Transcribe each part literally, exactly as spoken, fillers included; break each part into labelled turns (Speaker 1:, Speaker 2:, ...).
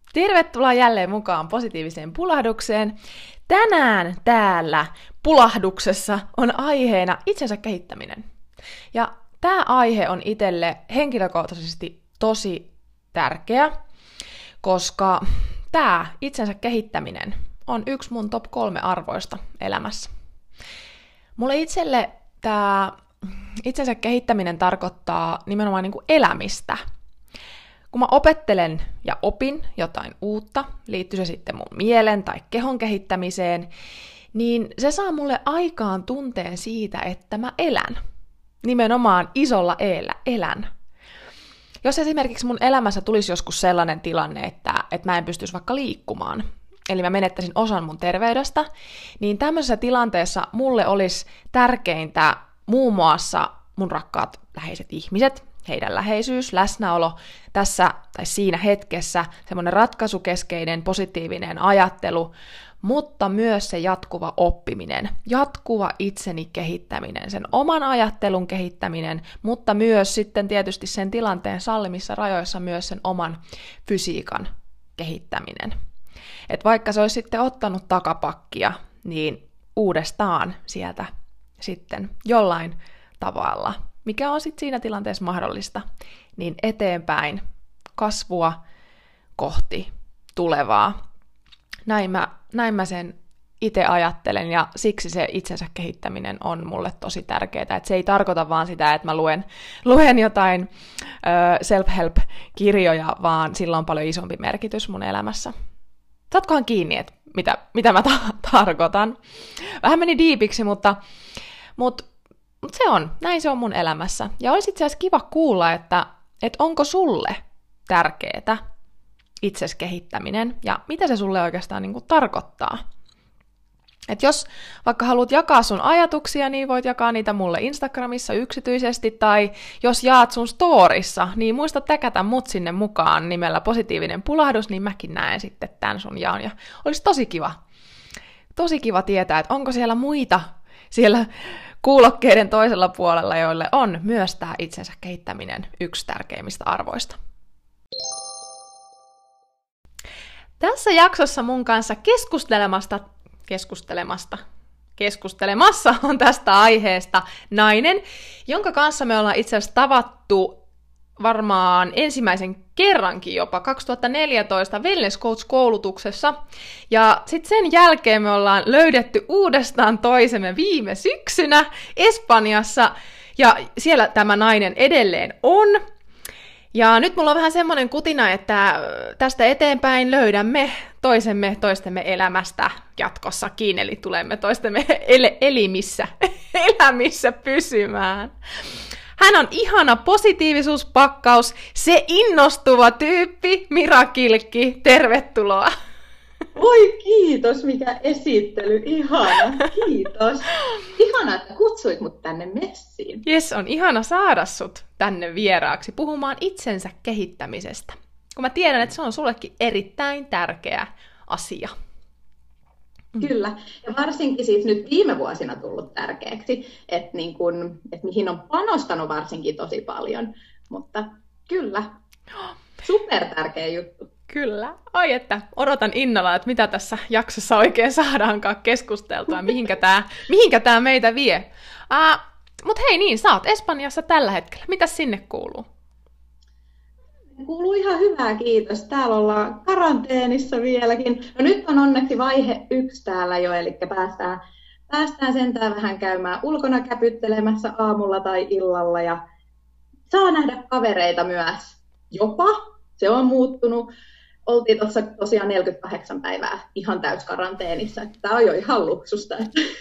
Speaker 1: Tervetuloa jälleen mukaan positiiviseen pulahdukseen. Tänään täällä pulahduksessa on aiheena itsensä kehittäminen. Ja tämä aihe on itselle henkilökohtaisesti tosi tärkeä, koska tämä itsensä kehittäminen on yksi mun top kolme arvoista elämässä. Mulle itselle tämä itsensä kehittäminen tarkoittaa nimenomaan niin kuin elämistä. Kun mä opettelen ja opin jotain uutta, liittyy se sitten mun mielen tai kehon kehittämiseen, niin se saa mulle aikaan tunteen siitä, että mä elän. Nimenomaan isolla eellä elän. Jos esimerkiksi mun elämässä tulisi joskus sellainen tilanne, että, että mä en pystyisi vaikka liikkumaan, eli mä menettäisin osan mun terveydestä, niin tämmöisessä tilanteessa mulle olisi tärkeintä muun muassa mun rakkaat läheiset ihmiset, heidän läheisyys, läsnäolo tässä tai siinä hetkessä, semmoinen ratkaisukeskeinen, positiivinen ajattelu, mutta myös se jatkuva oppiminen, jatkuva itseni kehittäminen, sen oman ajattelun kehittäminen, mutta myös sitten tietysti sen tilanteen sallimissa rajoissa myös sen oman fysiikan kehittäminen. Et vaikka se olisi sitten ottanut takapakkia, niin uudestaan sieltä sitten jollain tavalla, mikä on sitten siinä tilanteessa mahdollista, niin eteenpäin kasvua kohti tulevaa. Näin mä, näin mä sen itse ajattelen, ja siksi se itsensä kehittäminen on mulle tosi tärkeää. Että se ei tarkoita vaan sitä, että mä luen, luen jotain ö, self-help-kirjoja, vaan sillä on paljon isompi merkitys mun elämässä. Saatkohan kiinni, että mitä, mitä mä ta- tarkoitan. Vähän meni diipiksi, mutta... mutta Mutta se on, näin se on mun elämässä. Ja olisi itse asiassa kiva kuulla, että, että onko sulle tärkeetä itses kehittäminen ja mitä se sulle oikeastaan niin kuin tarkoittaa. Et jos vaikka haluat jakaa sun ajatuksia, niin voit jakaa niitä mulle Instagramissa yksityisesti, tai jos jaat sun storissa, niin muista täkätä mut sinne mukaan nimellä positiivinen pulahdus, niin mäkin näen sitten tämän sun jaon. Ja olisi tosi kiva, tosi kiva tietää, että onko siellä muita siellä kuulokkeiden toisella puolella, joille on myös tämä itsensä kehittäminen yksi tärkeimmistä arvoista. Tässä jaksossa mun kanssa keskustelemasta, keskustelemasta, keskustelemassa on tästä aiheesta nainen, jonka kanssa me ollaan itse asiassa tavattu varmaan ensimmäisen kerrankin jopa kaksituhattaneljätoista Wellness Coach-koulutuksessa. Ja sitten sen jälkeen me ollaan löydetty uudestaan toisemme viime syksynä Espanjassa. Ja siellä tämä nainen edelleen on. Ja nyt mulla on vähän semmoinen kutina, että tästä eteenpäin löydämme toisemme toistemme elämästä jatkossakin. Eli tulemme toistemme el- elimissä, elämissä pysymään. Hän on ihana positiivisuuspakkaus, se innostuva tyyppi, Mira Kilkki, tervetuloa.
Speaker 2: Oi kiitos, mikä esittely, ihana, kiitos. Ihana, että kutsuit mut tänne messiin.
Speaker 1: Jes, on ihana saada sut tänne vieraaksi puhumaan itsensä kehittämisestä, kun mä tiedän, että se on sullekin erittäin tärkeä asia.
Speaker 2: Kyllä, ja varsinkin siis nyt viime vuosina tullut tärkeäksi, että, niin kun, että mihin on panostanut varsinkin tosi paljon, mutta kyllä, super tärkeä juttu.
Speaker 1: Kyllä, ai että odotan innolla, että mitä tässä jaksossa oikein saadaankaan keskusteltua, mihinkä tämä mihinkä tää meitä vie. Uh, Mutta hei niin, sä oot Espanjassa tällä hetkellä, mitäs sinne kuuluu?
Speaker 2: Kuuluu ihan hyvää, kiitos. Täällä ollaan karanteenissa vieläkin. No nyt on onneksi vaihe yksi täällä jo, eli päästään, päästään sentään vähän käymään ulkona käpyttelemässä aamulla tai illalla. Ja saa nähdä kavereita myös jopa. Se on muuttunut. Oltiin tuossa tosiaan neljäkymmentäkahdeksan päivää ihan täyskaranteenissa. Tämä on jo ihan luksusta.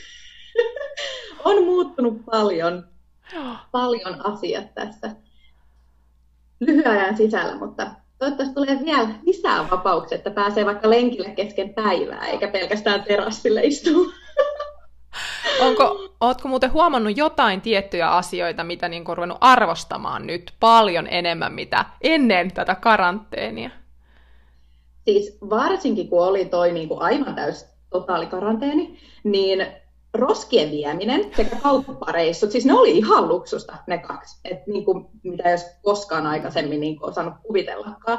Speaker 2: On muuttunut paljon, paljon asiat tässä lyhyen ajan sisällä, mutta toivottavasti tulee vielä lisää vapauksia, että pääsee vaikka lenkille kesken päivää, eikä pelkästään terassille istua.
Speaker 1: Onko, ootko muuten huomannut jotain tiettyjä asioita, mitä niin on ruvennut arvostamaan nyt paljon enemmän, mitä ennen tätä karanteenia?
Speaker 2: Siis varsinkin, kun oli toi niin kuin aivan täys totaalikaranteeni, niin roskien vieminen sekä kauppareissut, siis ne oli ihan luksusta ne kaksi, että niin kuin, mitä jos koskaan aikaisemmin niin kuin osannut kuvitellakaan.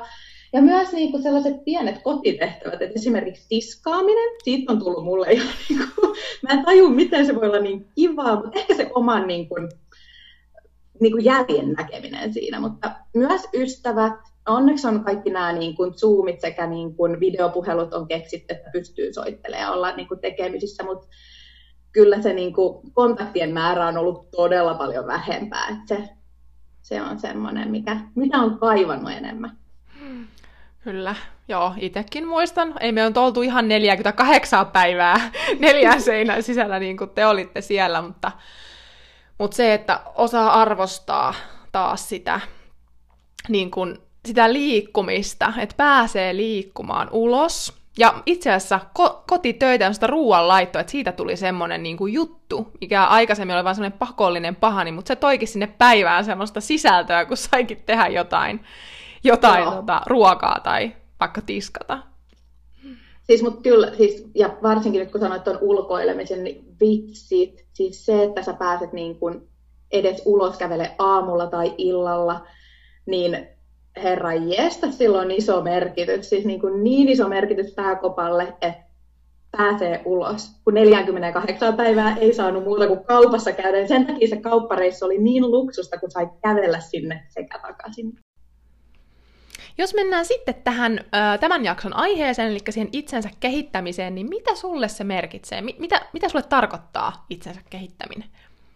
Speaker 2: Ja myös niin kuin sellaiset pienet kotitehtävät, että esimerkiksi tiskaaminen, siitä on tullut mulle ihan niin kuin, mä en taju, miten se voi olla niin kivaa, mutta ehkä se oman niin kuin, niin kuin jäljen näkeminen siinä, mutta myös ystävät, onneksi on kaikki nämä niin kuin Zoomit sekä niin kuin videopuhelut on keksitty, että pystyy soittelemaan ja olla niin kuin tekemisissä, mutta kyllä se niin kuin kontaktien määrä on ollut todella paljon vähempää, että se, se on semmoinen, mikä, mitä on kaivannut enemmän.
Speaker 1: Kyllä, joo, itsekin muistan. Ei me on oltu ihan neljäkymmentäkahdeksan päivää neljän seinän sisällä, niin kuin te olitte siellä, mutta, mutta se, että osaa arvostaa taas sitä, niin kuin, sitä liikkumista, että pääsee liikkumaan ulos. Ja itse asiassa ko- kotitöitä on sitä ruoanlaittoa, että siitä tuli semmoinen niin kuin juttu, mikä aikaisemmin oli vain semmoinen pakollinen pahani, mutta se toikin sinne päivään semmoista sisältöä, kun saikin tehdä jotain. jotain tota, ruokaa tai vaikka tiskata.
Speaker 2: Siis, mut kyllä, siis, ja varsinkin nyt kun sanoit tuon ulkoilemisen, niin vitsit, siis se, että sä pääset niin kun edes ulos kävele aamulla tai illalla, niin herra jestä, sillä on iso merkitys, siis niin, kuin niin iso merkitys pääkopalle, että pääsee ulos, kun neljäkymmentäkahdeksan päivää ei saanut muuta kuin kaupassa käydä. Sen takia se kauppareissu oli niin luksusta, kun sai kävellä sinne sekä takaisin.
Speaker 1: Jos mennään sitten tähän ö, tämän jakson aiheeseen, eli siihen itsensä kehittämiseen, niin mitä sulle se merkitsee? Mitä, mitä sulle tarkoittaa itsensä kehittäminen?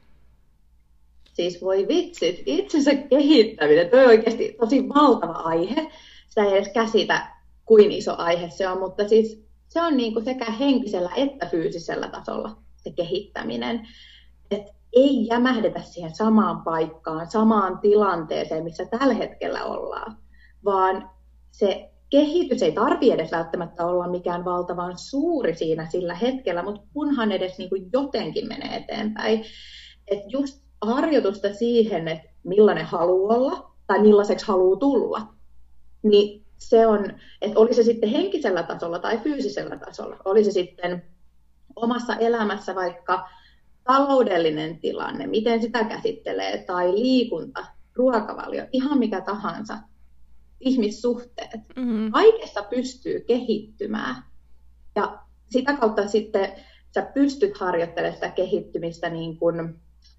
Speaker 2: Siis voi vitsit, itsensä kehittäminen, tuo on oikeasti tosi valtava aihe. Sitä ei edes käsitä, kuin iso aihe se on, mutta siis se on niin kuin sekä henkisellä että fyysisellä tasolla se kehittäminen. Et ei jämähdetä siihen samaan paikkaan, samaan tilanteeseen, missä tällä hetkellä ollaan. Vaan se kehitys ei tarvitse edes välttämättä olla mikään valtavan suuri siinä sillä hetkellä, mutta kunhan edes niin kuin jotenkin menee eteenpäin. Että just harjoitusta siihen, että millainen haluaa olla tai millaiseksi haluaa tulla, niin se on, että oli se sitten henkisellä tasolla tai fyysisellä tasolla, oli se sitten omassa elämässä vaikka taloudellinen tilanne, miten sitä käsittelee, tai liikunta, ruokavalio, ihan mikä tahansa. Ihmissuhteet. Mm-hmm. Kaikessa pystyy kehittymään. Ja sitä kautta sitten sä pystyt harjoittelemaan sitä kehittymistä niin kuin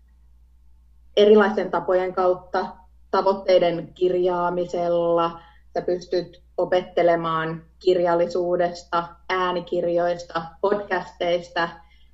Speaker 2: erilaisten tapojen kautta, tavoitteiden kirjaamisella. Sä pystyt opettelemaan kirjallisuudesta, äänikirjoista, podcasteista,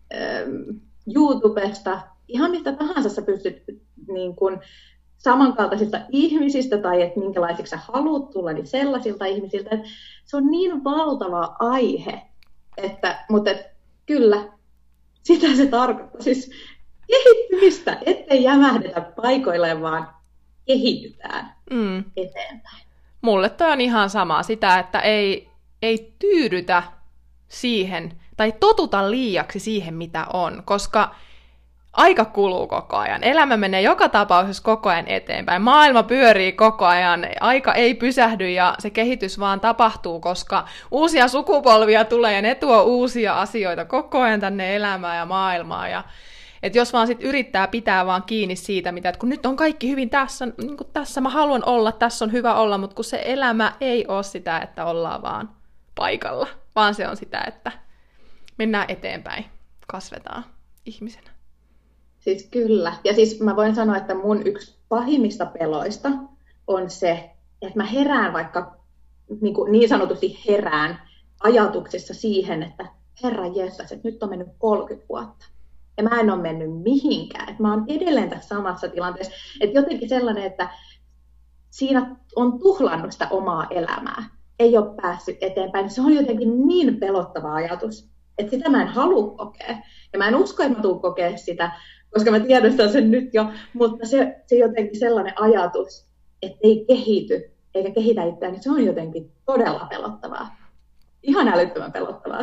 Speaker 2: YouTubesta. Ihan mistä tahansa sä pystyt niin kuin samankaltaisista ihmisistä tai että minkälaisiksi sä haluat tulla, niin sellaisilta ihmisiltä. Että se on niin valtava aihe, että, mutta että kyllä, sitä se tarkoittaa. Siis kehittymistä, ettei jämähdetä paikoilleen, vaan kehitytään mm. eteenpäin.
Speaker 1: Mulle toi on ihan sama sitä, että ei, ei tyydytä siihen tai totuta liiaksi siihen, mitä on, koska aika kuluu koko ajan. Elämä menee joka tapauksessa koko ajan eteenpäin. Maailma pyörii koko ajan. Aika ei pysähdy ja se kehitys vaan tapahtuu, koska uusia sukupolvia tulee ja ne tuo uusia asioita koko ajan tänne elämään ja maailmaan. Ja et jos vaan sit yrittää pitää vaan kiinni siitä, mitä, että kun nyt on kaikki hyvin tässä, niin kuin tässä mä haluan olla, tässä on hyvä olla, mutta kun se elämä ei ole sitä, että ollaan vaan paikalla, vaan se on sitä, että mennään eteenpäin, kasvetaan ihmisenä.
Speaker 2: Siis kyllä. Ja siis mä voin sanoa, että mun yksi pahimmista peloista on se, että mä herään vaikka niin, kuin niin sanotusti herään ajatuksessa siihen, että herra jestas, että nyt on mennyt kolmekymmentä vuotta. Ja mä en ole mennyt mihinkään. Että mä oon edelleen tässä samassa tilanteessa. Että jotenkin sellainen, että siinä on tuhlannut sitä omaa elämää. Ei ole päässyt eteenpäin. Se on jotenkin niin pelottava ajatus, että sitä mä en halua kokea. Ja mä en usko, että mä tuun kokea sitä, koska mä tiedostan sen nyt jo. Mutta se, se jotenkin sellainen ajatus, että ei kehity, eikä kehitä itseään, niin se on jotenkin todella pelottavaa. Ihan älyttömän pelottavaa.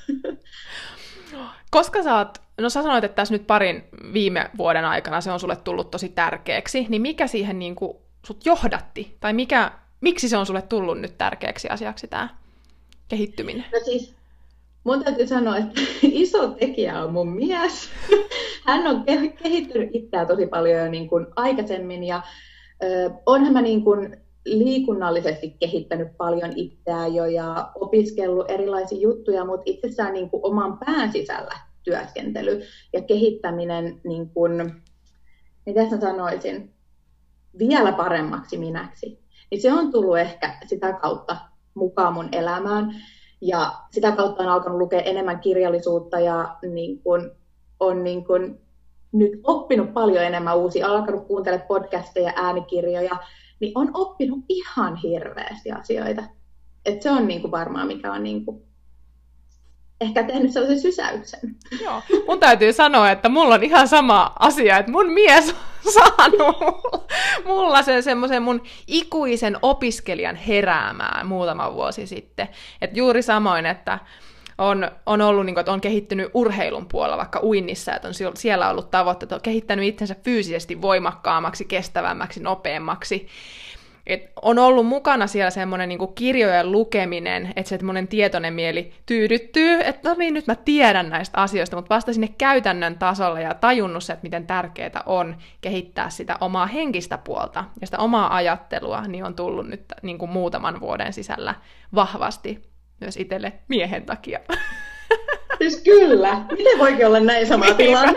Speaker 1: Koska sä oot, no sä sanoit, että tässä nyt parin viime vuoden aikana se on sulle tullut tosi tärkeäksi, niin mikä siihen niin kuin sut johdatti? Tai mikä, miksi se on sulle tullut nyt tärkeäksi asiaksi tämä kehittyminen?
Speaker 2: No siis, mun täytyy sanoa, että iso tekijä on mun mies. Hän on kehittynyt itseään tosi paljon jo niin kuin aikaisemmin, ja ö, onhan mä niin kuin liikunnallisesti kehittänyt paljon itseään jo ja opiskellut erilaisia juttuja, mutta itsessään niin kuin oman pään sisällä työskentely ja kehittäminen, niin kuin, miten mä sanoisin, vielä paremmaksi minäksi. Niin se on tullut ehkä sitä kautta mukaan mun elämään. Ja sitä kautta on alkanut lukea enemmän kirjallisuutta ja niin kuin, on niin kuin, nyt oppinut paljon enemmän uusia, alkanut kuuntelemaan podcasteja, äänikirjoja, niin on oppinut ihan hirveästi asioita. Et se on niin kuin varmaan, mikä on niin kuin ehkä tehnyt sellaisen sysäyksen.
Speaker 1: Joo, mun täytyy sanoa, että mulla on ihan sama asia, että mun mies on saanut mulla sen semmoisen mun ikuisen opiskelijan heräämään muutama vuosi sitten. Että juuri samoin, että on, on ollut, niin kuin, että on kehittynyt urheilun puolella, vaikka uinnissa, että on siellä ollut tavoitteet, on kehittänyt itsensä fyysisesti voimakkaammaksi, kestävämmäksi, nopeammaksi. Et on ollut mukana siellä semmoinen niinku kirjojen lukeminen, että se semmoinen tietoinen mieli tyydyttyy, että no niin, nyt mä tiedän näistä asioista, mutta vasta sinne käytännön tasolle ja tajunnut se, että miten tärkeää on kehittää sitä omaa henkistä puolta ja sitä omaa ajattelua, niin on tullut nyt niin kuin muutaman vuoden sisällä vahvasti myös itselle miehen takia.
Speaker 2: Siis kyllä, miten voikin olla näin sama tilanne?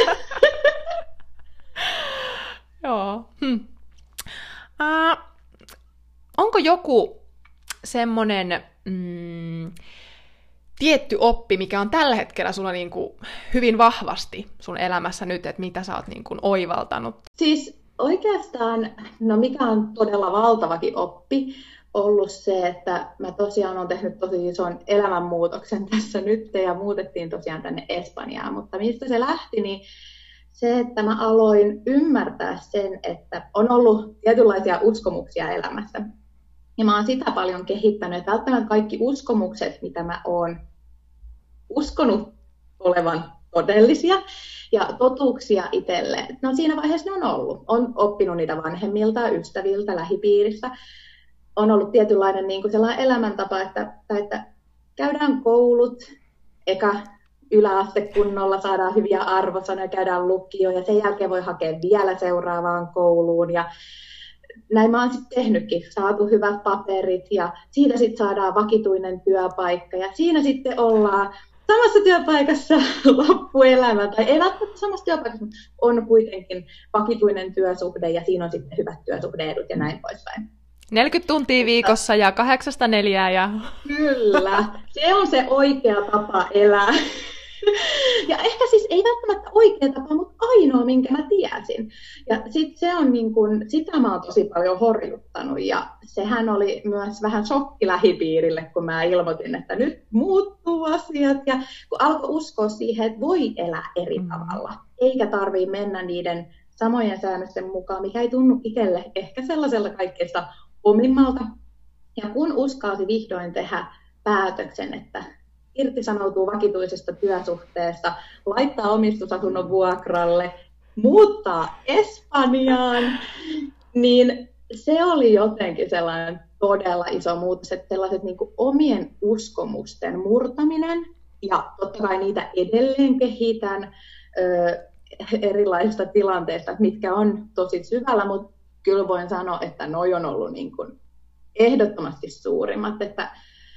Speaker 1: Joo. Hm. Uh, Onko joku semmoinen mm, tietty oppi, mikä on tällä hetkellä sulla niin kuin hyvin vahvasti sun elämässä nyt, että mitä sä oot niin kuin oivaltanut?
Speaker 2: Siis oikeastaan, no mikä on todella valtavakin oppi, ollut se, että mä tosiaan olen tehnyt tosi ison elämänmuutoksen tässä nyt ja muutettiin tosiaan tänne Espanjaan, mutta mistä se lähti, niin se, että mä aloin ymmärtää sen, että on ollut tietynlaisia uskomuksia elämässä. Ja mä oon sitä paljon kehittänyt, että välttämättä kaikki uskomukset, mitä mä oon uskonut olevan todellisia ja totuuksia itselle, no siinä vaiheessa ne on ollut. On oppinut niitä vanhemmilta, ystäviltä, lähipiirissä. On ollut tietynlainen niin kuin sellainen elämäntapa, että, että käydään koulut, eka yläaste kunnolla, saadaan hyviä arvosanoja, käydään lukio ja sen jälkeen voi hakea vielä seuraavaan kouluun. Ja näin mä oon sitten tehnytkin, saatu hyvät paperit ja siitä sitten saadaan vakituinen työpaikka ja siinä sitten ollaan samassa työpaikassa loppuelämä, tai ei välttämättä samassa työpaikassa, mutta on kuitenkin vakituinen työsuhde ja siinä on sitten hyvät työsuhde-edut ja näin poispäin.
Speaker 1: neljäkymmentä tuntia viikossa ja kahdeksasta neljää. Ja...
Speaker 2: Kyllä, se on se oikea tapa elää. Ja ehkä siis ei välttämättä oikea tapa, mutta ainoa, minkä mä tiesin. Ja sit se on niin kun, sitä mä oon tosi paljon horjuttanut. Ja sehän oli myös vähän shokki lähipiirille, kun mä ilmoitin, että nyt muuttuu asiat. Ja kun alkoi uskoa siihen, että voi elää eri mm. tavalla, eikä tarvitse mennä niiden samojen säännösten mukaan, mikä ei tunnu itselle ehkä sellaisella kaikkeista omimmalta. Ja kun uskalsi vihdoin tehdä päätöksen, että irtisanoutuu vakituisesta työsuhteesta, laittaa omistusasunnon vuokralle, muuttaa Espanjaan, niin se oli jotenkin sellainen todella iso muutos, että sellaiset niin kuin omien uskomusten murtaminen, ja totta kai niitä edelleen kehitän ö, erilaisista tilanteista, mitkä on tosi syvällä, mutta kyllä voin sanoa, että noi on ollut niin kuin ehdottomasti suurimmat, että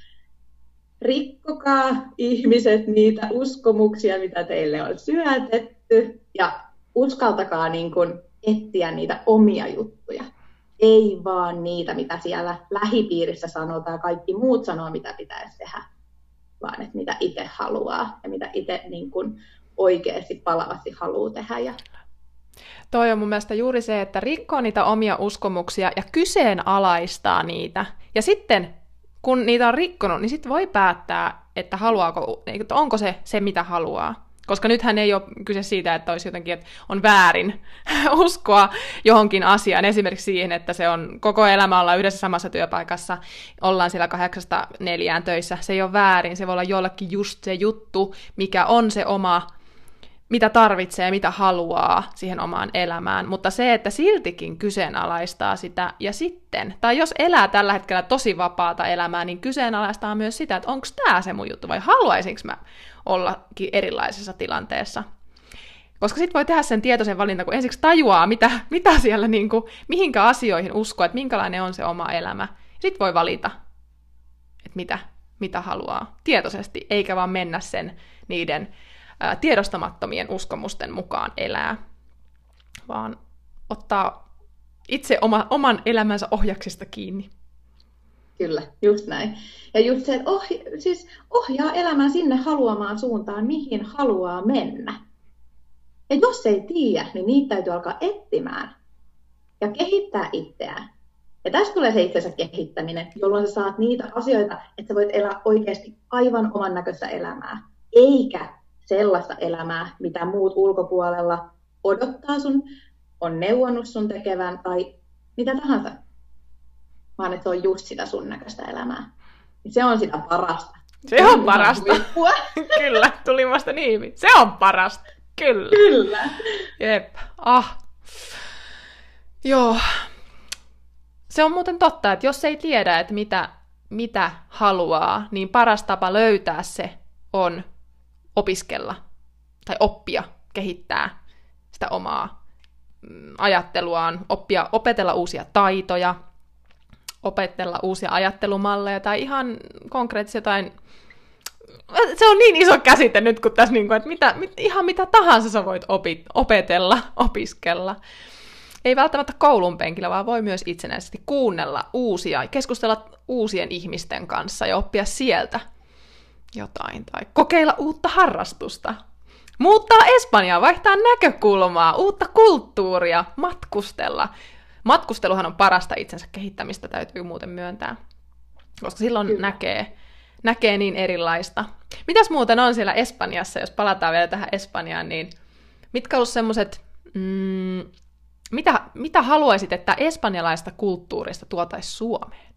Speaker 2: rikkokaa ihmiset niitä uskomuksia, mitä teille on syötetty, ja uskaltakaa niin kuin etsiä niitä omia juttuja. Ei vaan niitä, mitä siellä lähipiirissä sanotaan, ja kaikki muut sanoo, mitä pitäisi tehdä, vaan että mitä itse haluaa ja mitä itse niin kuin oikeasti palavasti haluaa tehdä. Ja
Speaker 1: toi on mun mielestä juuri se, että rikkoo niitä omia uskomuksia ja kyseenalaistaa niitä. Ja sitten kun niitä on rikkonut, niin sitten voi päättää, että haluaako, että onko se se, mitä haluaa. Koska nythän ei ole kyse siitä, että olisi jotenkin, että on väärin uskoa johonkin asiaan. Esimerkiksi siihen, että se on koko elämä olla yhdessä samassa työpaikassa, ollaan siellä kahdeksasta neljään töissä. Se ei ole väärin, se voi olla jollekin just se juttu, mikä on se oma, mitä tarvitsee ja mitä haluaa siihen omaan elämään, mutta se, että siltikin kyseenalaistaa sitä, ja sitten, tai jos elää tällä hetkellä tosi vapaata elämää, niin kyseenalaistaa myös sitä, että onko tämä se mun juttu, vai haluaisinko mä ollakin erilaisessa tilanteessa. Koska sitten voi tehdä sen tietoisen valinta, kun ensiksi tajuaa, mitä, mitä siellä, niin kuin, mihinkä asioihin uskoo, että minkälainen on se oma elämä. Sitten voi valita, että mitä, mitä haluaa tietoisesti, eikä vaan mennä sen niiden ää, tiedostamattomien uskomusten mukaan elää, vaan ottaa itse oma, oman elämänsä ohjaksista kiinni.
Speaker 2: Kyllä, just näin. Ja just se, että ohja, siis ohjaa elämän sinne haluamaan suuntaan, mihin haluaa mennä. Ja jos ei tiedä, niin niitä täytyy alkaa etsimään ja kehittää itseään. Ja tästä tulee se itsensä kehittäminen, jolloin sä saat niitä asioita, että sä voit elää oikeasti aivan oman näköistä elämää. Eikä sellaista elämää, mitä muut ulkopuolella odottaa sun, on neuvonnut sun tekevän tai mitä tahansa. Vaan että se on just sitä sun näköistä elämää. Se on sitä parasta.
Speaker 1: Se on parasta. Kyllä, tuli vasta niin. Se on parasta. Kyllä.
Speaker 2: Kyllä.
Speaker 1: Jep. Ah. Joo. Se on muuten totta, että jos ei tiedä, että mitä, mitä haluaa, niin paras tapa löytää se on opiskella tai oppia, kehittää sitä omaa ajatteluaan, oppia, opetella uusia taitoja, opetella uusia ajattelumalleja tai ihan konkreettisia jotain. Se on niin iso käsite nyt, kun tässä, että mitä, ihan mitä tahansa sä voit opit, opetella, opiskella. Ei välttämättä koulun penkillä, vaan voi myös itsenäisesti kuunnella uusia, keskustella uusien ihmisten kanssa ja oppia sieltä jotain. Tai kokeilla uutta harrastusta. Muuttaa Espanjaa, vaihtaa näkökulmaa, uutta kulttuuria, matkustella. Matkusteluhan on parasta itsensä kehittämistä, täytyy muuten myöntää. Koska silloin Kyllä. näkee, näkee niin erilaista. Mitäs muuten on siellä Espanjassa, jos palataan vielä tähän Espanjaan, niin mitkä on semmoiset... Mm, Mitä, mitä haluaisit, että espanjalaista kulttuurista tuotaisiin Suomeen?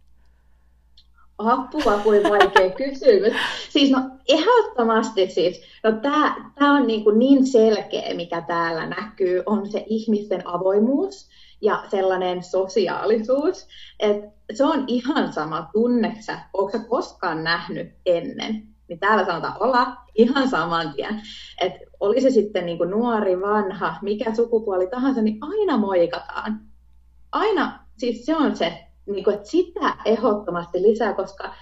Speaker 2: Apua, kuin vaikea kysymys. Siis no ehdottomasti siis, no tää, tää on niin, kuin niin selkeä, mikä täällä näkyy, on se ihmisten avoimuus ja sellainen sosiaalisuus, että se on ihan sama tunneksä, ootko sä koskaan nähnyt ennen? Niin täällä sanotaan olla ihan saman tien. Että oli se sitten niin kuin nuori, vanha, mikä sukupuoli tahansa, niin aina moikataan. Aina, siis se on se, niin kuin, että sitä ehdottomasti lisää, koska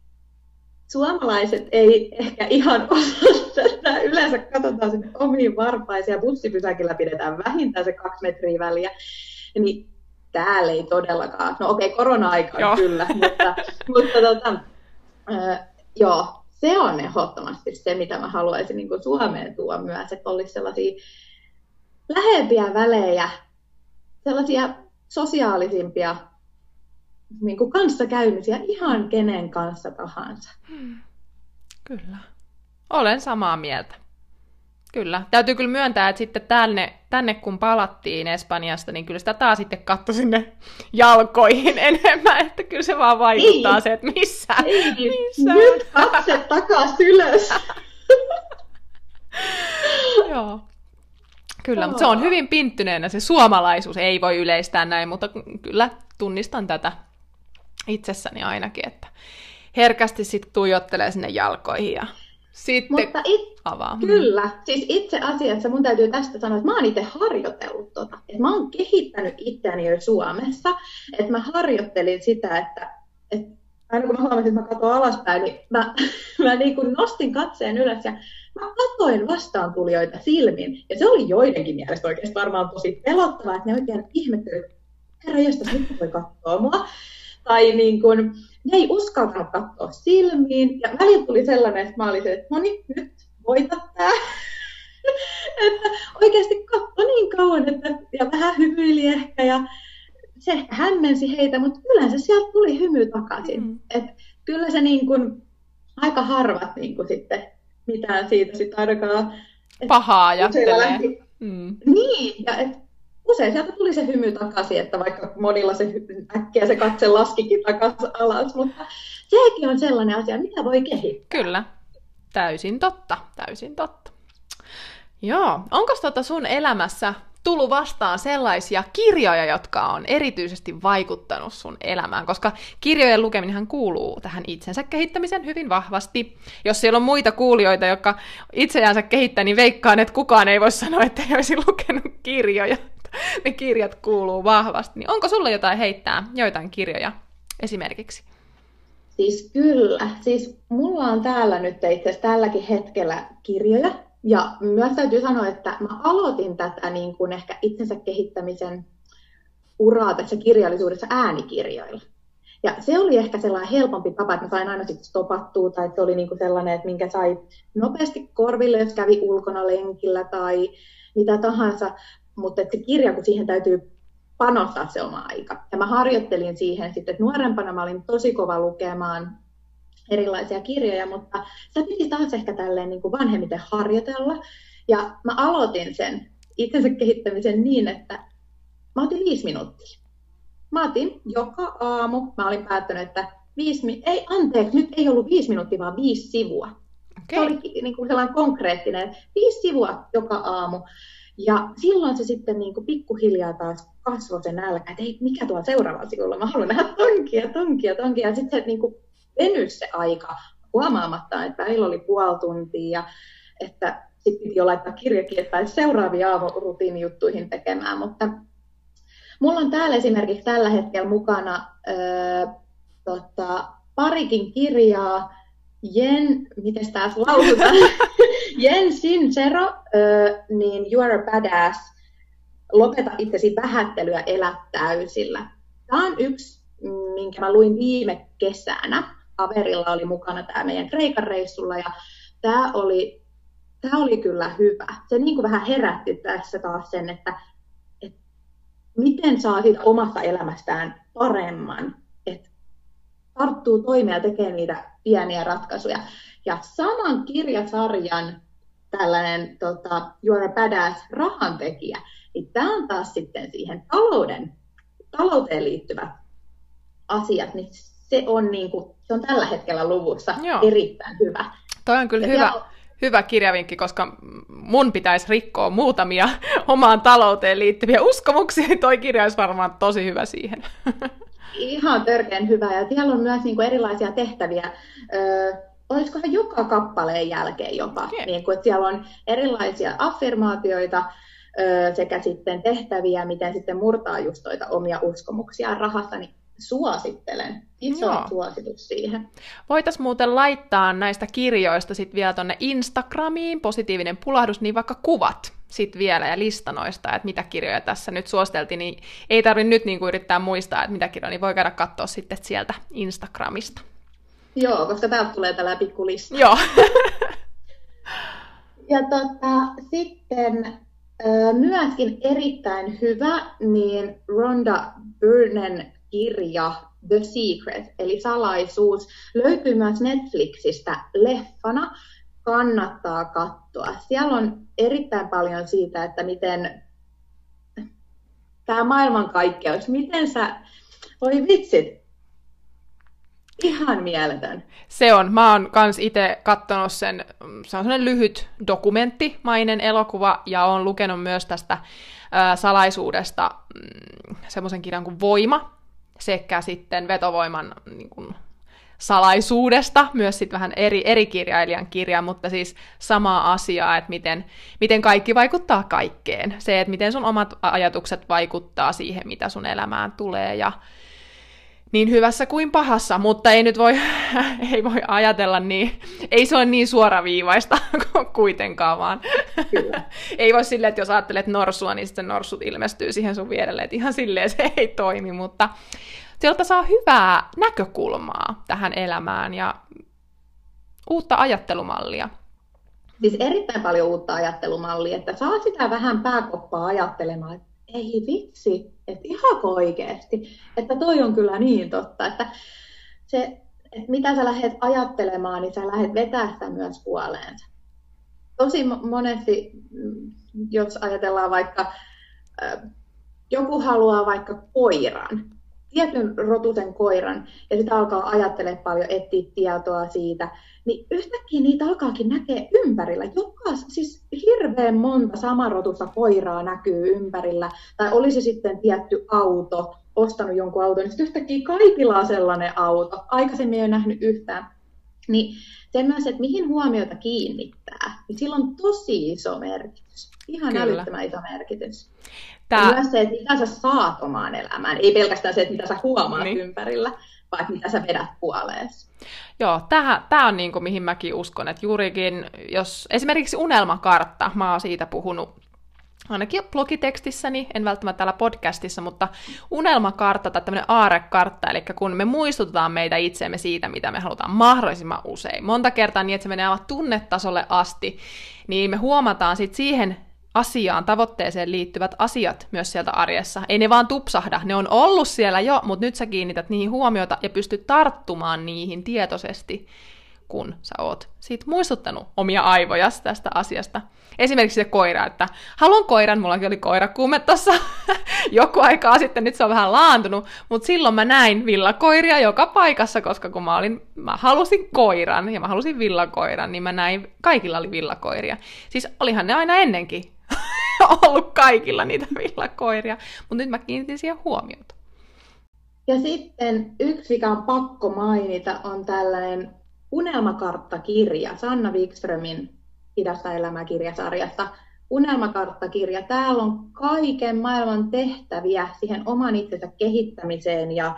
Speaker 2: suomalaiset ei ehkä ihan osaa tätä. Yleensä katsotaan sinne omiin varpaisiin ja bussipysäkillä pidetään vähintään se kaksi metriä väliä. Niin täällä ei todellakaan. No okei, okay, korona-aikaan kyllä, mutta, mutta tota, äh, joo. Se on ehdottomasti se, mitä mä haluaisin niin kuin Suomeen tuoda myös, että olisi sellaisia lähempiä välejä, sellaisia sosiaalisimpia niin kuin kanssakäymisiä ihan kenen kanssa tahansa.
Speaker 1: Hmm. Kyllä. Olen samaa mieltä. Kyllä. Täytyy kyllä myöntää, että sitten tänne, tänne kun palattiin Espanjasta, niin kyllä sitä taas sitten katsoi sinne jalkoihin enemmän, että kyllä se vaan vaikuttaa
Speaker 2: Ei.
Speaker 1: se, että missä.
Speaker 2: Ei.
Speaker 1: missä.
Speaker 2: Nyt katse takaisin ylös.
Speaker 1: Joo. Kyllä, mutta se on hyvin pinttyneenä se suomalaisuus. Ei voi yleistää näin, mutta kyllä tunnistan tätä itsessäni ainakin, että herkästi sitten tuijottelee sinne jalkoihin ja sitten
Speaker 2: Mutta it,
Speaker 1: avaa.
Speaker 2: Kyllä. Siis itse asiassa mun täytyy tästä sanoa, että mä oon itse harjoitellut tota. Että mä oon kehittänyt itseäni jo Suomessa. Että mä harjoittelin sitä, että, että aina kun mä huomasin, että mä katson alaspäin, niin mä, mä niin kuin nostin katseen ylös ja mä katsoin vastaantulijoita silmin. Ja se oli joidenkin mielestä oikeasti varmaan tosi pelottavaa, että ne oikein ihmettelivät, että herra jostain, nyt voi katsoa mua. Tai niin kuin, ne ei uskaltanut katsoa silmiin. Ja välillä tuli sellainen, että mä olin se, että no niin, nyt voita tää. Että oikeasti katsoi niin kauan, että, ja vähän hymyili ehkä. Ja se ehkä hämmensi heitä, mutta yleensä sieltä tuli hymy takaisin. Mm. Että kyllä se niin kuin, aika harvat niin kuin sitten mitään siitä sitten ainakaan.
Speaker 1: Pahaa ajattelee.
Speaker 2: Mm. Niin, ja et, usein sieltä tuli se hymy takaisin, että vaikka monilla se äkkiä se katse laskikin takaisin alas, mutta sekin on sellainen asia, mitä voi kehittää.
Speaker 1: Kyllä, täysin totta, täysin totta. Joo, onko tota sun elämässä tullut vastaan sellaisia kirjoja, jotka on erityisesti vaikuttanut sun elämään, koska kirjojen lukeminenhan kuuluu tähän itsensä kehittämisen hyvin vahvasti. Jos siellä on muita kuulijoita, jotka itseänsä kehittää, niin veikkaan, että kukaan ei voi sanoa, että ei olisi lukenut kirjoja. Ne kirjat kuuluu vahvasti. Niin onko sulla jotain heittää, joitain kirjoja esimerkiksi?
Speaker 2: Siis kyllä. Siis mulla on täällä nyt itse asiassa tälläkin hetkellä kirjoja. Ja myös täytyy sanoa, että mä aloitin tätä niin kuin ehkä itsensä kehittämisen uraa tässä kirjallisuudessa äänikirjoilla. Ja se oli ehkä sellainen helpompi tapa, että mä sain aina sitten stopattua, tai se oli niin kuin sellainen, että minkä sai nopeasti korville, jos kävi ulkona lenkillä tai mitä tahansa. Mutta se kirja, kun siihen täytyy panostaa se oma aika. Ja mä harjoittelin siihen sitten, että nuorempana mä olin tosi kova lukemaan erilaisia kirjoja, mutta sitä piti taas ehkä tälleen niin kuin vanhemmiten harjoitella. Ja mä aloitin sen itsensä kehittämisen niin, että mä otin viisi minuuttia. Mä otin joka aamu, mä olin päättänyt, että viisi, ei anteeksi, nyt ei ollut viisi minuuttia, vaan viisi sivua. Okay. Se oli niin kuin sellainen konkreettinen, viisi sivua joka aamu. Ja silloin se sitten niin kuin pikkuhiljaa taas kasvoi se nälkä, että ei, mikä tuolla seuraavalla sivulla, mä haluan nähdä tonkia, tonkia, tonkia. Ja sitten se niin kuin venyi se aika huomaamatta, että välillä oli puoli tuntia ja että sitten piti jo laittaa kirjakin, että pääsi seuraavia aamurutiinijuttuihin tekemään. Mutta mulla on täällä esimerkiksi tällä hetkellä mukana öö, tota, parikin kirjaa. Jen, miten taas lausutaan? Jen Sincero, öö, niin You are a badass. Lopeta itsesi vähättelyä, elä täysillä. Tämä on yksi, minkä mä luin viime kesänä. Kaverilla oli mukana tämä meidän Kreikan reissulla ja tämä oli, tämä oli kyllä hyvä. Se niin kuin vähän herätti tässä taas sen, että, että miten saa siitä omasta elämästään paremman, että tarttuu toimeen ja tekee niitä pieniä ratkaisuja. Ja saman kirjasarjan tällainen tota, You are a badass rahantekijä, niin tämä on taas sitten siihen talouden, talouteen liittyvät asiat, niin se on, niin kuin, se on tällä hetkellä luvussa Joo. erittäin hyvä.
Speaker 1: Toi on kyllä hyvä, on... hyvä kirjavinkki, koska mun pitäisi rikkoa muutamia omaan talouteen liittyviä uskomuksia, niin toi kirja olisi varmaan tosi hyvä siihen.
Speaker 2: Ihan törkeän hyvä, ja siellä on myös niin kuin erilaisia tehtäviä. Öö, olisikohan joka kappaleen jälkeen jopa. Okay. Niin kuin, että siellä on erilaisia affirmaatioita öö, sekä sitten tehtäviä, miten sitten murtaa just toita omia uskomuksia rahasta, niin suosittelen. Iso Joo. suositus siihen.
Speaker 1: Voitaisiin muuten laittaa näistä kirjoista sitten vielä tuonne Instagramiin, positiivinen pulahdus, niin vaikka kuvat sitten vielä ja lista noista, että mitä kirjoja tässä nyt suositeltiin, niin ei tarvitse nyt niin kuin yrittää muistaa, että mitä kirjoja, niin voi käydä katsoa sitten sieltä Instagramista.
Speaker 2: Joo, koska täältä tulee tällä pikku lista.
Speaker 1: Joo.
Speaker 2: Ja tota, sitten myöskin erittäin hyvä, niin Rhonda Byrnen kirja The Secret, eli salaisuus, löytyy myös Netflixistä leffana. Kannattaa katsoa. Siellä on erittäin paljon siitä, että miten tämä maailmankaikkeus, miten sä, voi vitsit, ihan mieletön.
Speaker 1: Se on. Mä oon kans itse katsonut sen, se on sellainen lyhyt dokumenttimainen elokuva, ja oon lukenut myös tästä ä, salaisuudesta mm, semmoisen kirjan kuin Voima, sekä sitten vetovoiman niin kuin, salaisuudesta, myös sitten vähän eri, eri kirjailijan kirja, mutta siis samaa asiaa, että miten, miten kaikki vaikuttaa kaikkeen. Se, että miten sun omat ajatukset vaikuttaa siihen, mitä sun elämään tulee, ja niin hyvässä kuin pahassa, mutta ei nyt voi, ei voi ajatella niin, ei se ole niin suoraviivaista kuitenkaan, vaan Kyllä. ei voi silleen, että jos ajattelet norsua, niin sitten norsut ilmestyy siihen sun vierelle, että ihan silleen se ei toimi, mutta sieltä saa hyvää näkökulmaa tähän elämään ja uutta ajattelumallia.
Speaker 2: Siis erittäin paljon uutta ajattelumallia, että saa sitä vähän pääkoppaa ajattelemaan, että ei vitsi, että ihanko oikeasti, että toi on kyllä niin totta, että se, että mitä sä lähdet ajattelemaan, niin sä lähdet vetää sitä myös puoleensa. Tosi monesti, jos ajatellaan vaikka, joku haluaa vaikka koiran, tietyn rotuisen koiran ja sitä alkaa ajattelemaan paljon, etsiä tietoa siitä, niin yhtäkkiä niitä alkaakin näkee ympärillä. Joka, siis hirveän monta samanrotuista koiraa näkyy ympärillä. Tai oli se sitten tietty auto, ostanut jonkun auton, niin sitten yhtäkkiä kaikilla on sellainen auto. Aikaisemmin ei ole nähnyt yhtään. Niin se myös, että mihin huomiota kiinnittää, niin sillä on tosi iso merkitys. Ihan Kyllä. älyttömän iso merkitys. Tää... Ja myös se, että mitä sä saat omaan elämään. Ei pelkästään se, että mitä sä huomaat niin. ympärillä, vaan mitä sä vedät puoleesi.
Speaker 1: Joo, tämä on niin kuin, mihin mäkin uskon, että juurikin, jos esimerkiksi unelmakartta, mä oon siitä puhunut ainakin blogitekstissäni, en välttämättä täällä podcastissa, mutta unelmakartta tai tämmöinen aarekartta, eli kun me muistutetaan meitä itseemme siitä, mitä me halutaan mahdollisimman usein, monta kertaa niin, että se menee aivan tunnetasolle asti, niin me huomataan sitten siihen asiaan, tavoitteeseen liittyvät asiat myös sieltä arjessa. Ei ne vaan tupsahda, ne on ollut siellä jo, mutta nyt sä kiinnität niihin huomiota ja pystyt tarttumaan niihin tietoisesti, kun sä oot siitä muistuttanut omia aivojasi tästä asiasta. Esimerkiksi se koira, että haluan koiran, mullakin oli koirakuume tuossa joku aikaa sitten, nyt se on vähän laantunut, mutta silloin mä näin villakoiria joka paikassa, koska kun mä, olin, mä halusin koiran ja mä halusin villakoiran, niin mä näin, kaikilla oli villakoiria. Siis olihan ne aina ennenkin ollut kaikilla niitä villakoiria, mutta nyt mä kiinnitin siihen huomiota.
Speaker 2: Ja sitten yksi, mikä on pakko mainita, on tällainen Unelmakarttakirja, Sanna Wikströmin Hidasta elämää -kirjasarjasta. Unelmakarttakirja. Täällä on kaiken maailman tehtäviä siihen oman itsensä kehittämiseen ja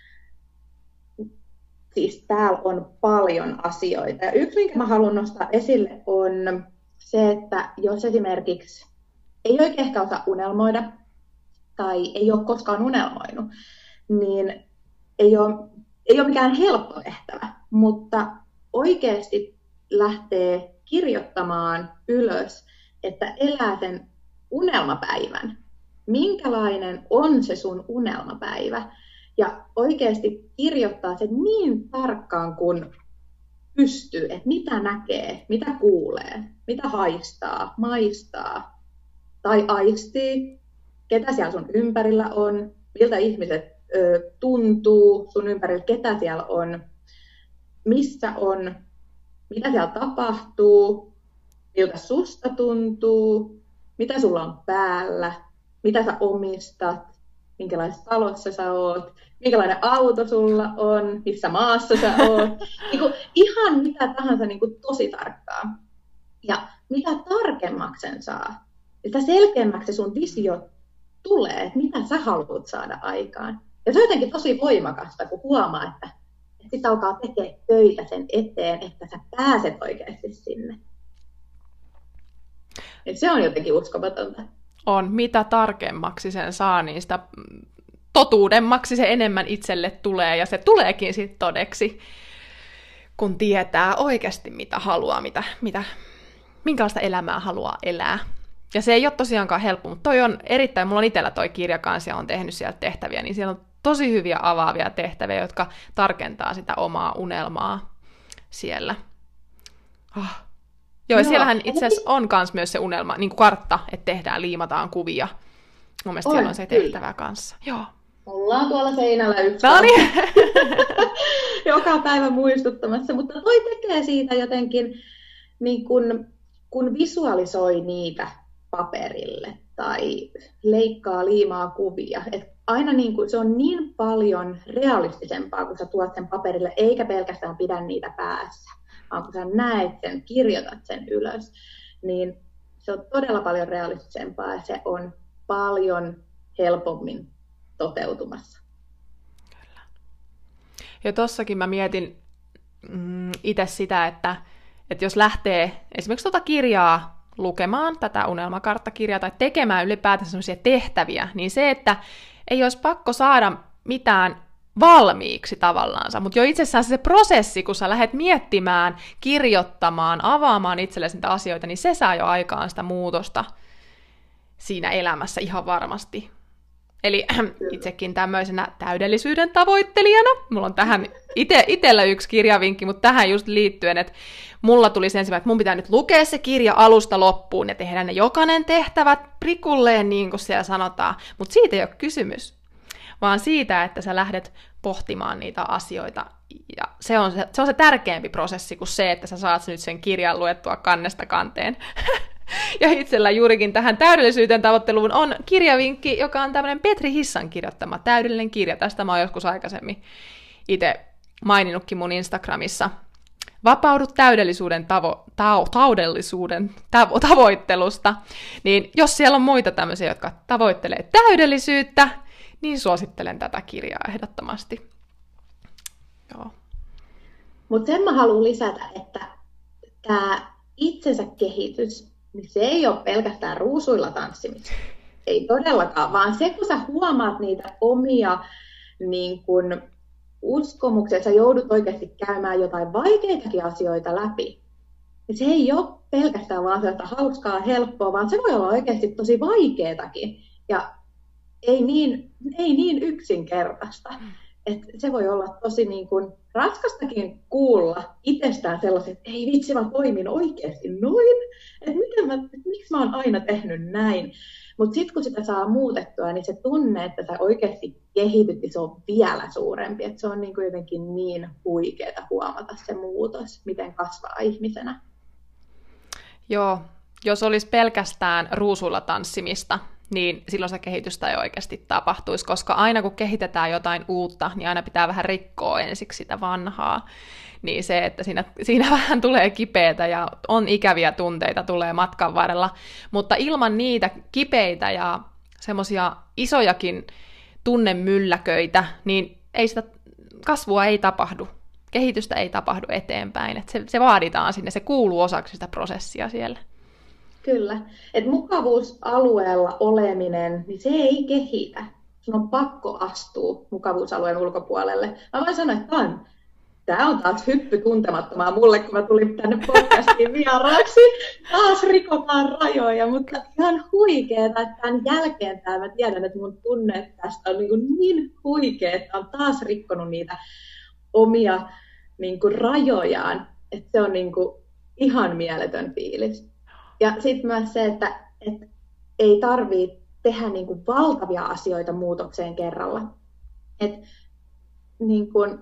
Speaker 2: siis täällä on paljon asioita. Ja yksi, minkä mä haluan nostaa esille, on se, että jos esimerkiksi ei oikein ehkä osaa unelmoida tai ei ole koskaan unelmoinut, niin ei ole, ei ole mikään helppo tehtävä, mutta oikeasti lähtee kirjoittamaan ylös, että elää sen unelmapäivän. Minkälainen on se sun unelmapäivä? Ja oikeasti kirjoittaa sen niin tarkkaan kuin pystyy, että mitä näkee, mitä kuulee, mitä haistaa, maistaa tai aistii, ketä siellä sun ympärillä on, miltä ihmiset ö, tuntuu sun ympärillä, ketä siellä on, missä on, mitä siellä tapahtuu, miltä susta tuntuu, mitä sulla on päällä, mitä sä omistat, minkälaisessa talossa sä oot, minkälainen auto sulla on, missä maassa sä oot. Niin kuin ihan mitä tahansa niin kuin tosi tarkkaa. Ja mitä tarkemmaksi sen saa, sitä selkeämmäksi se sun visio tulee, että mitä sä haluat saada aikaan. Ja se on jotenkin tosi voimakasta, kun huomaa, että sitten alkaa tekemään töitä sen eteen, että sä pääset oikeasti sinne. Et se on jotenkin uskomatonta.
Speaker 1: On. Mitä tarkemmaksi sen saa, niin sitä totuudemmaksi se enemmän itselle tulee. Ja se tuleekin sitten todeksi, kun tietää oikeasti, mitä haluaa, mitä, mitä, minkälaista elämää haluaa elää. Ja se ei ole tosiaankaan helppo, mutta toi on erittäin, mulla on itsellä toi kirja kanssa ja on tehnyt sieltä tehtäviä, niin siellä on tosi hyviä avaavia tehtäviä, jotka tarkentaa sitä omaa unelmaa siellä. Oh. Joo, ja siellähän itse asiassa on kans myös se unelma, niin kuin kartta, että tehdään, liimataan kuvia. Mun mielestä on, siellä on se tehtävä kanssa. Joo.
Speaker 2: Mulla on tuolla seinällä yksi.
Speaker 1: No niin.
Speaker 2: Joka päivä muistuttamassa, mutta toi tekee siitä jotenkin, niin kun, kun visualisoi niitä paperille tai leikkaa, liimaa kuvia. Et aina niin kun, se on niin paljon realistisempaa, kun sä tuot sen paperille, eikä pelkästään pidä niitä päässä, vaan kun sä näet sen, kirjoitat sen ylös, niin se on todella paljon realistisempaa ja se on paljon helpommin toteutumassa.
Speaker 1: Kyllä. Ja tossakin mä mietin mm, itse sitä, että, että jos lähtee esimerkiksi tuota kirjaa lukemaan, tätä unelmakarttakirjaa, tai tekemään ylipäätään sellaisia tehtäviä, niin se, että ei olisi pakko saada mitään valmiiksi tavallaansa, mutta jo itsessään se prosessi, kun sä lähdet miettimään, kirjoittamaan, avaamaan itsellesi niitä asioita, niin se saa jo aikaan sitä muutosta siinä elämässä ihan varmasti. Eli itsekin tämmöisenä täydellisyyden tavoittelijana, mulla on tähän ite, itellä yksi kirjavinkki, mutta tähän just liittyen, että mulla tuli sen että mun pitää nyt lukea se kirja alusta loppuun ja tehdä ne jokainen tehtävät prikulleen, niin kuin siellä sanotaan, mutta siitä ei ole kysymys. vaan siitä, että sä lähdet pohtimaan niitä asioita. Ja se on se, se on se tärkeämpi prosessi kuin se, että sä saat nyt sen kirjan luettua kannesta kanteen. Ja itsellä juurikin tähän täydellisyyteen tavoitteluun on kirjavinkki, joka on tämmöinen Petri Hissan kirjoittama täydellinen kirja. Tästä mä oon joskus aikaisemmin itse maininnutkin mun Instagramissa. Vapaudu täydellisuuden, tavo- tau- taudellisuuden tavo- tavoittelusta. Niin jos siellä on muita tämmöisiä, jotka tavoittelee täydellisyyttä, niin suosittelen tätä kirjaa ehdottomasti. Joo.
Speaker 2: Mutta sen mä haluan lisätä, että tämä itsensä kehitys, niin se ei ole pelkästään ruusuilla tanssimista. Ei todellakaan, vaan se, kun sä huomaat niitä omia niin kun, uskomuksia, että sä joudut oikeasti käymään jotain vaikeitakin asioita läpi. Ja se ei ole pelkästään vaan sellaista hauskaa, helppoa, vaan se voi olla oikeasti tosi vaikeatakin. Ja ei niin, ei niin yksinkertaista. Et se voi olla tosi niin kuin raskastakin kuulla itsestään sellaiset, että ei vitsi, mä toimin oikeasti noin. Että miten mä, et miksi mä oon aina tehnyt näin. Mutta sitten kun sitä saa muutettua, niin se tunne, että sä oikeasti kehityt, niin se on vielä suurempi. Että se on niin kuin jotenkin niin huikeeta huomata se muutos, miten kasvaa ihmisenä.
Speaker 1: Joo, jos olisi pelkästään ruusuilla tanssimista, niin silloin se kehitystä ei oikeasti tapahtuisi, koska aina kun kehitetään jotain uutta, niin aina pitää vähän rikkoa ensiksi sitä vanhaa. Niin se, että siinä, siinä vähän tulee kipeätä ja on ikäviä tunteita, tulee matkan varrella, mutta ilman niitä kipeitä ja semmoisia isojakin tunnemylläköitä, niin ei sitä kasvua ei tapahdu, kehitystä ei tapahdu eteenpäin. Et se, se vaaditaan sinne, se kuuluu osaksi sitä prosessia siellä.
Speaker 2: Kyllä. Et mukavuusalueella oleminen, niin se ei kehitä. Sun on pakko astua mukavuusalueen ulkopuolelle. Mä voin sanoa, että on. Tämä on taas hyppy tuntemattomaa mulle, kun mä tulin tänne podcastiin vieraaksi. Taas rikotaan rajoja, mutta ihan huikeeta, että tämän jälkeen tää, mä tiedän, että mun tunne tästä on niin, niin huikea, että on taas rikkonut niitä omia niin kuin rajojaan. Että se on niin kuin ihan mieletön fiilis. Ja sitten myös se, että, että ei tarvitse tehdä niin kuin valtavia asioita muutokseen kerralla. Et, niin kuin,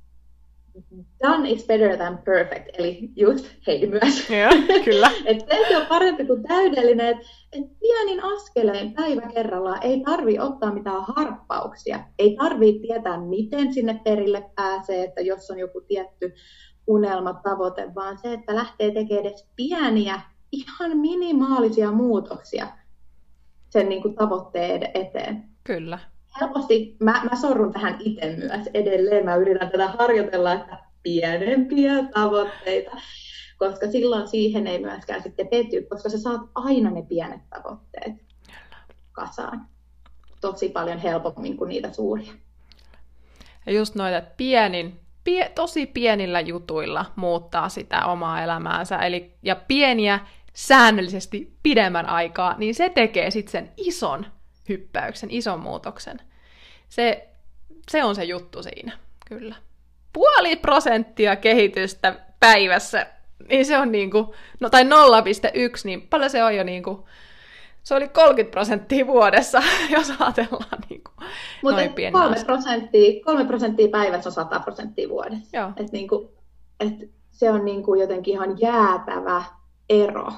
Speaker 2: done is better than perfect, eli just hei myös.
Speaker 1: Joo, kyllä.
Speaker 2: Että se on parempi kuin täydellinen, että et pienin askeleen päivä kerrallaan ei tarvitse ottaa mitään harppauksia. Ei tarvitse tietää, miten sinne perille pääsee, että jos on joku tietty unelma, tavoite, vaan se, että lähtee tekemään edes pieniä, ihan minimaalisia muutoksia sen niin kuin tavoitteen eteen.
Speaker 1: Kyllä.
Speaker 2: Helposti mä, mä sorrun tähän itse myös edelleen. Mä yritän tätä harjoitella, että pienempiä tavoitteita, koska silloin siihen ei myöskään sitten petty, koska sä saat aina ne pienet tavoitteet kasaan. Tosi paljon helpommin kuin niitä suuria.
Speaker 1: Ja just noita, että pienin, pie, tosi pienillä jutuilla muuttaa sitä omaa elämäänsä, eli, ja pieniä säännöllisesti pidemmän aikaa, niin se tekee sitten sen ison hyppäyksen, ison muutoksen. Se, se on se juttu siinä, kyllä. Puoli prosenttia kehitystä päivässä, niin se on niinku, no tai nolla pilkku yksi, niin paljon se on jo niinku, se oli kolmekymmentä prosenttia vuodessa, jos ajatellaan niinku noin pieni
Speaker 2: kolme prosenttia, kolme prosenttia päivässä on sata prosenttia vuodessa.
Speaker 1: Joo.
Speaker 2: Et niinku, et se on niinku jotenkin ihan jäätävä ero.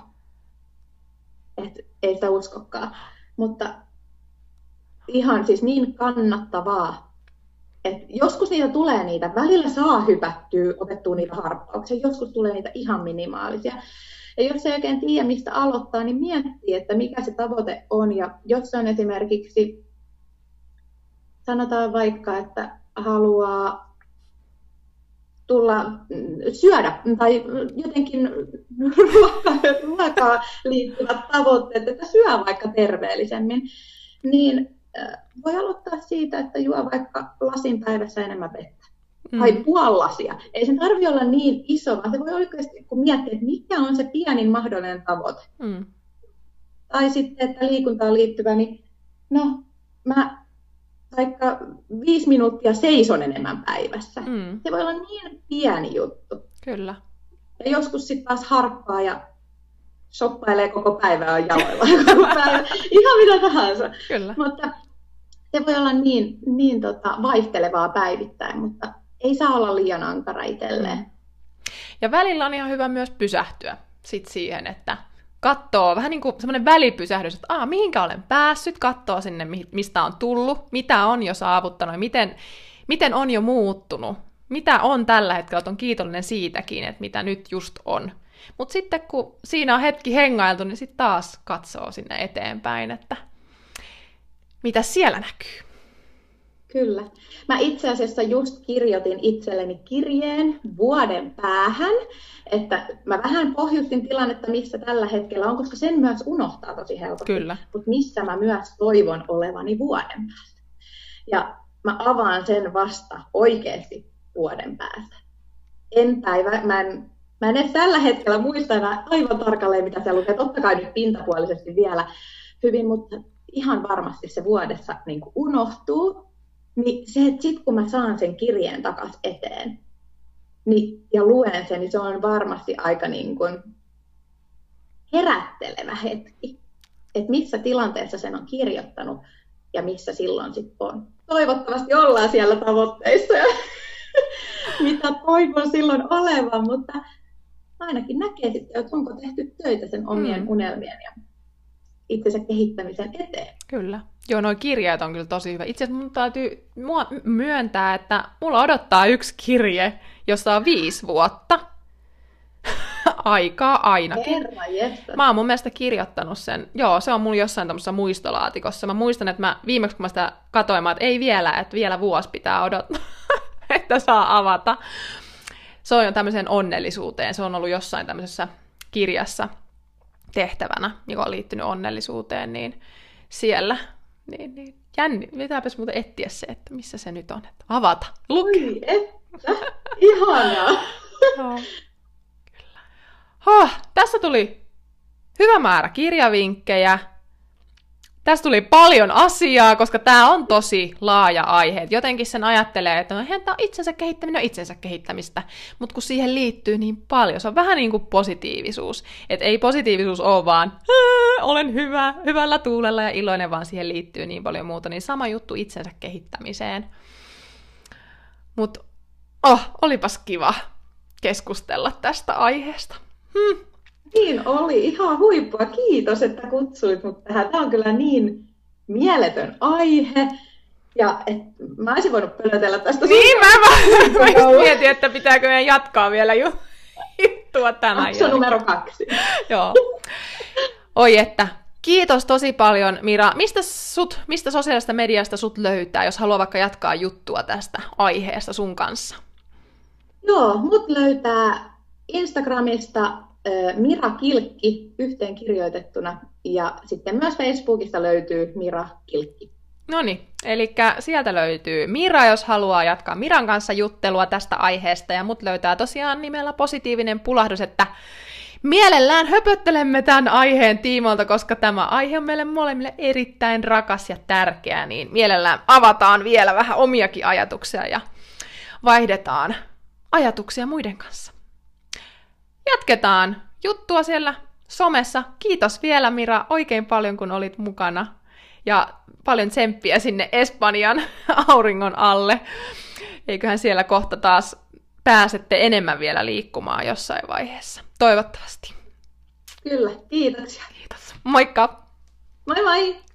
Speaker 2: Et ei sitä uskokaan. Mutta ihan siis niin kannattavaa, että joskus niitä tulee niitä, välillä saa hypättyä, otettua niitä harppauksia, joskus tulee niitä ihan minimaalisia. Ja jos ei oikein tiedä, mistä aloittaa, niin miettii, että mikä se tavoite on. Ja jos se on esimerkiksi, sanotaan vaikka, että haluaa tulla syödä tai jotenkin ruokaan liittyvät tavoitteet, että syö vaikka terveellisemmin, niin voi aloittaa siitä, että juo vaikka lasin päivässä enemmän vettä. Mm. Tai puoli lasia. Ei sen tarvitse olla niin iso, vaan se voi oikeasti kun miettiä, että mikä on se pienin mahdollinen tavoite. Mm. Tai sitten, että liikuntaan liittyvä, niin no, mä vaikka viisi minuuttia seison enemmän päivässä. Mm. Se voi olla niin pieni juttu.
Speaker 1: Kyllä.
Speaker 2: Ja joskus sitten taas harppaa ja shoppailee koko päivää on jaloilla koko päivä. Ihan mitä tahansa.
Speaker 1: Kyllä.
Speaker 2: Mutta se voi olla niin, niin tota, vaihtelevaa päivittäin, mutta ei saa olla liian ankara itselleen. Mm.
Speaker 1: Ja välillä on ihan hyvä myös pysähtyä sit siihen, että katsoo vähän niin kuin semmoinen välipysähdys, että Aa, mihinkä olen päässyt, katsoo sinne, mistä on tullut, mitä on jo saavuttanut ja miten, miten on jo muuttunut, mitä on tällä hetkellä, että on kiitollinen siitäkin, että mitä nyt just on. Mutta sitten kun siinä on hetki hengailtu, niin sitten taas katsoo sinne eteenpäin, että mitä siellä näkyy.
Speaker 2: Kyllä. Mä itse asiassa just kirjoitin itselleni kirjeen vuoden päähän, että mä vähän pohjustin tilannetta, missä tällä hetkellä on, koska sen myös unohtaa tosi helposti.
Speaker 1: Kyllä.
Speaker 2: Mutta missä mä myös toivon olevani vuoden päästä. Ja mä avaan sen vasta oikeasti vuoden päästä. En päivä, mä en, mä en edes tällä hetkellä muista enää aivan tarkalleen, mitä se lukee. Totta kai nyt pintapuolisesti vielä hyvin, mutta ihan varmasti se vuodessa niin kuin unohtuu. Niin se, että sit kun mä saan sen kirjeen takas eteen niin, ja luen sen, niin se on varmasti aika niin kuin herättelevä hetki. Että missä tilanteessa sen on kirjoittanut ja missä silloin sitten on. Toivottavasti ollaan siellä tavoitteissa ja mitä toivon silloin olevan, mutta ainakin näkee sitten, että onko tehty töitä sen omien mm. unelmien ja itsensä kehittämisen eteen.
Speaker 1: Kyllä. Joo, nuo kirjeet on kyllä tosi hyvä. Itse asiassa mun täytyy myöntää, että mulla odottaa yksi kirje, jossa on viisi vuotta aikaa ainakin.
Speaker 2: Herra jestas.
Speaker 1: Mä oon mun mielestä kirjoittanut sen. Joo, se on mulla jossain tämmöisessä muistolaatikossa. Mä muistan, että mä viimeksi kun mä sitä katoin, että ei vielä, että vielä vuosi pitää odottaa, että saa avata. Se on jo tämmöiseen onnellisuuteen. Se on ollut jossain tämmöisessä kirjassa tehtävänä, joka on liittynyt onnellisuuteen, niin siellä. Niin, niin. Jänni, pitääpäs muuten etsiä se, että missä se nyt on. Että avata, lukea.
Speaker 2: Oi, että, ihanaa.
Speaker 1: No. Kyllä. Oh, tässä tuli hyvä määrä kirjavinkkejä. Tässä tuli paljon asiaa, koska tämä on tosi laaja aihe. Jotenkin sen ajattelee, että no, eihän tämä on itsensä kehittäminen, on itsensä kehittämistä. Mutta kun siihen liittyy niin paljon, se on vähän niin kuin positiivisuus. Että ei positiivisuus ole vaan, olen hyvä, hyvällä tuulella ja iloinen, vaan siihen liittyy niin paljon muuta. Niin sama juttu itsensä kehittämiseen. Mutta oh, olipas kiva keskustella tästä aiheesta. Hmm.
Speaker 2: Niin oli, ihan huippua. Kiitos, että kutsuit mut tähän. Tämä on kyllä niin mieletön aihe. Ja et, mä olisin voinut pölötellä tästä.
Speaker 1: Niin, mä, mä, mä mietin, että pitääkö meidän jatkaa vielä juttua tämän.
Speaker 2: Jakso numero kaksi.
Speaker 1: Joo. Oi että, kiitos tosi paljon, Mira. Mistä, sut, mistä sosiaalisesta mediasta sut löytää, jos haluaa vaikka jatkaa juttua tästä aiheesta sun kanssa?
Speaker 2: Joo, mut löytää Instagramista Mira Kilkki yhteen kirjoitettuna ja sitten myös Facebookista löytyy Mira Kilkki.
Speaker 1: Noniin, eli sieltä löytyy Mira, jos haluaa jatkaa Miran kanssa juttelua tästä aiheesta, ja mut löytää tosiaan nimellä Positiivinen pulahdus, että mielellään höpöttelemme tämän aiheen tiimoilta, koska tämä aihe on meille molemmille erittäin rakas ja tärkeä, niin mielellään avataan vielä vähän omiakin ajatuksia ja vaihdetaan ajatuksia muiden kanssa. Jatketaan juttua siellä somessa. Kiitos vielä, Mira, oikein paljon, kun olit mukana. Ja paljon tsemppiä sinne Espanjan auringon alle. Eiköhän siellä kohta taas pääsette enemmän vielä liikkumaan jossain vaiheessa. Toivottavasti.
Speaker 2: Kyllä, kiitoksia.
Speaker 1: Kiitos. Moikka!
Speaker 2: Moi moi!